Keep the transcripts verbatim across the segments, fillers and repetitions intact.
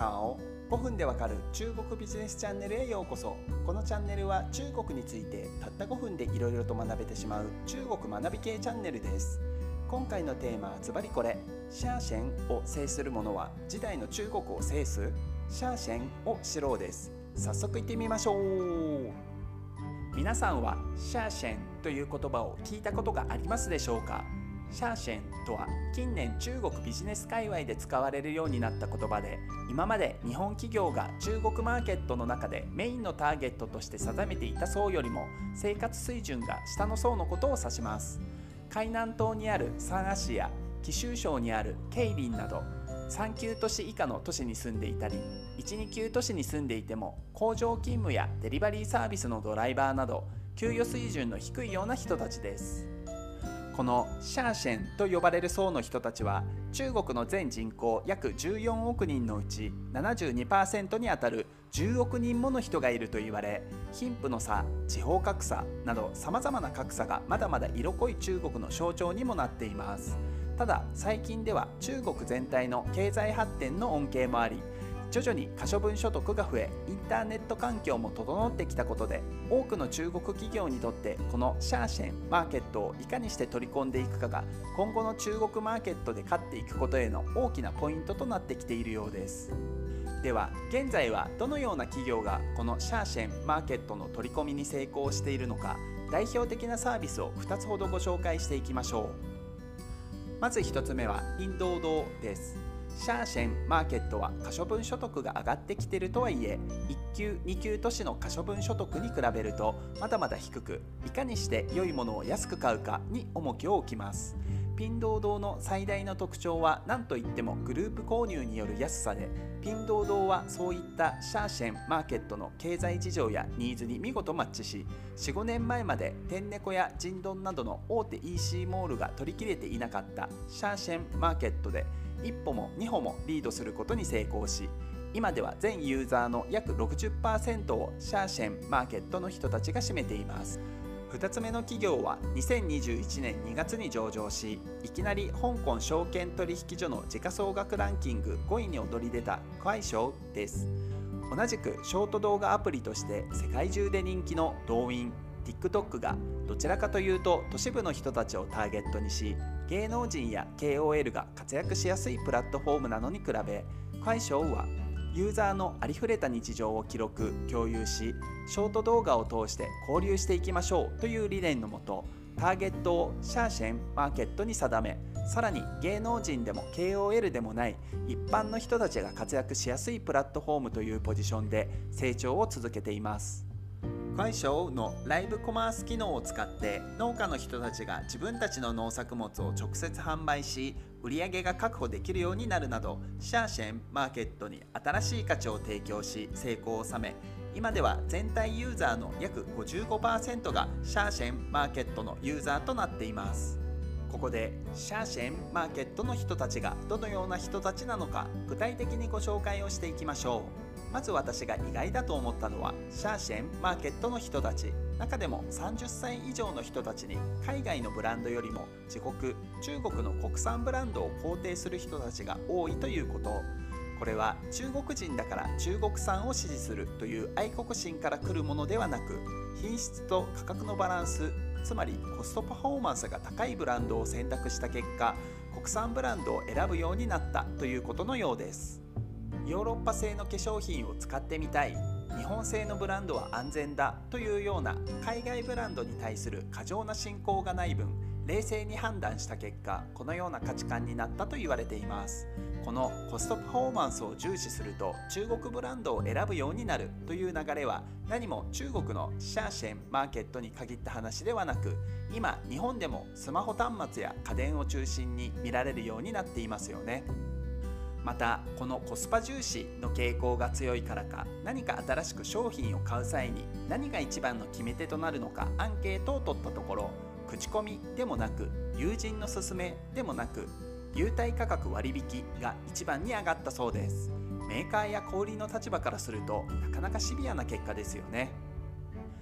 好。ごふんでわかる中国ビジネスチャンネルへようこそ。このチャンネルは中国についてたったごふんでいろいろと学べてしまう中国学び系チャンネルです。今回のテーマはズバリこれ。シャーシェンを制する者は時代の中国を制す。シャーシェンを知ろうです。早速行ってみましょう。皆さんはシャーシェンという言葉を聞いたことがありますでしょうか。シャーシェンとは近年中国ビジネス界隈で使われるようになった言葉で、今まで日本企業が中国マーケットの中でメインのターゲットとして定めていた層よりも生活水準が下の層のことを指します。海南島にある三亜市や貴州省にある桂林などさん級都市以下の都市に住んでいたり、いち、に級都市に住んでいても工場勤務やデリバリーサービスのドライバーなど給与水準の低いような人たちです。このシャーシェンと呼ばれる層の人たちは中国の全人口約じゅうよんおくにんのうち ななじゅうにパーセント にあたるじゅうおくにんもの人がいると言われ、貧富の差、地方格差などさまざまな格差がまだまだ色濃い中国の象徴にもなっています。ただ最近では中国全体の経済発展の恩恵もあり、徐々に可処分所得が増え、インターネット環境も整ってきたことで、多くの中国企業にとってこのシャーシェンマーケットをいかにして取り込んでいくかが今後の中国マーケットで勝っていくことへの大きなポイントとなってきているようです。では現在はどのような企業がこのシャーシェンマーケットの取り込みに成功しているのか、代表的なサービスをふたつほどご紹介していきましょう。まずひとつめはピンドードーです。シャーシェンマーケットは可処分所得が上がってきているとはいえ、いっ級、に級都市の可処分所得に比べるとまだまだ低く、いかにして良いものを安く買うかに重きを置きます。ピンドードーの最大の特徴は何といってもグループ購入による安さで、ピンドードーはそういったシャーシェンマーケットの経済事情やニーズに見事マッチし、よん、ごねんまえまで天猫やジンドンなどの大手 イーシー モールが取り切れていなかったシャーシェンマーケットで一歩も二歩もリードすることに成功し、今では全ユーザーの約 ろくじゅっパーセント をシャーシェンマーケットの人たちが占めています。ふたつめの企業はにせんにじゅういちねんにがつに上場し、いきなり香港証券取引所の時価総額ランキングごいに躍り出たクワイショウです。同じくショート動画アプリとして世界中で人気のドーイン、TikTok がどちらかというと都市部の人たちをターゲットにし、芸能人や ケーオーエル が活躍しやすいプラットフォームなのに比べ、クワイショウはユーザーのありふれた日常を記録・共有し、ショート動画を通して交流していきましょうという理念のもと、ターゲットをシャーシェンマーケットに定め、さらに芸能人でも ケーオーエル でもない一般の人たちが活躍しやすいプラットフォームというポジションで成長を続けています。クワイショウのライブコマース機能を使って農家の人たちが自分たちの農作物を直接販売し、売り上げが確保できるようになるなど、シャーシェンマーケットに新しい価値を提供し成功を収め、今では全体ユーザーの約 ごじゅうごパーセント がシャーシェンマーケットのユーザーとなっています。ここでシャーシェンマーケットの人たちがどのような人たちなのか、具体的にご紹介をしていきましょう。まず私が意外だと思ったのは、シャーシェンマーケットの人たち、中でもさんじゅっさい以上の人たちに海外のブランドよりも自国、中国の国産ブランドを肯定する人たちが多いということ。これは中国人だから中国産を支持するという愛国心から来るものではなく、品質と価格のバランス、つまりコストパフォーマンスが高いブランドを選択した結果、国産ブランドを選ぶようになったということのようです。ヨーロッパ製の化粧品を使ってみたい、日本製のブランドは安全だというような海外ブランドに対する過剰な信仰がない分、冷静に判断した結果、このような価値観になったと言われています。このコストパフォーマンスを重視すると中国ブランドを選ぶようになるという流れは、何も中国のシャーシェンマーケットに限った話ではなく、今日本でもスマホ端末や家電を中心に見られるようになっていますよね。またこのコスパ重視の傾向が強いからか、何か新しく商品を買う際に何が一番の決め手となるのかアンケートを取ったところ、口コミでもなく友人の勧めでもなく優待価格割引が一番に上がったそうです。メーカーや小売りの立場からするとなかなかシビアな結果ですよね。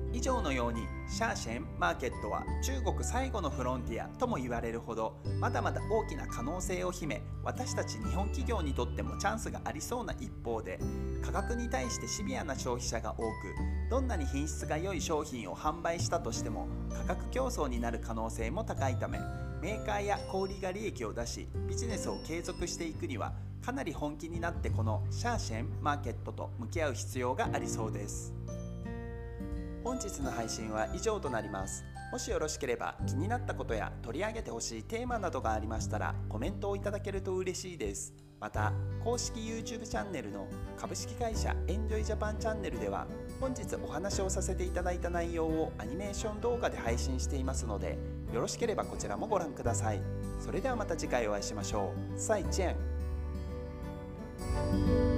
以上のようにシャーシェンマーケットは中国最後のフロンティアとも言われるほどまだまだ大きな可能性を秘め、私たち日本企業にとってもチャンスがありそうな一方で、価格に対してシビアな消費者が多く、どんなに品質が良い商品を販売したとしても価格競争になる可能性も高いため、メーカーや小売が利益を出しビジネスを継続していくにはかなり本気になってこのシャーシェンマーケットと向き合う必要がありそうです。本日の配信は以上となります。もしよろしければ気になったことや取り上げてほしいテーマなどがありましたらコメントをいただけると嬉しいです。また公式 YouTube チャンネルの株式会社エンジョイジャパンチャンネルでは本日お話をさせていただいた内容をアニメーション動画で配信していますので、よろしければこちらもご覧ください。それではまた次回お会いしましょう。再见。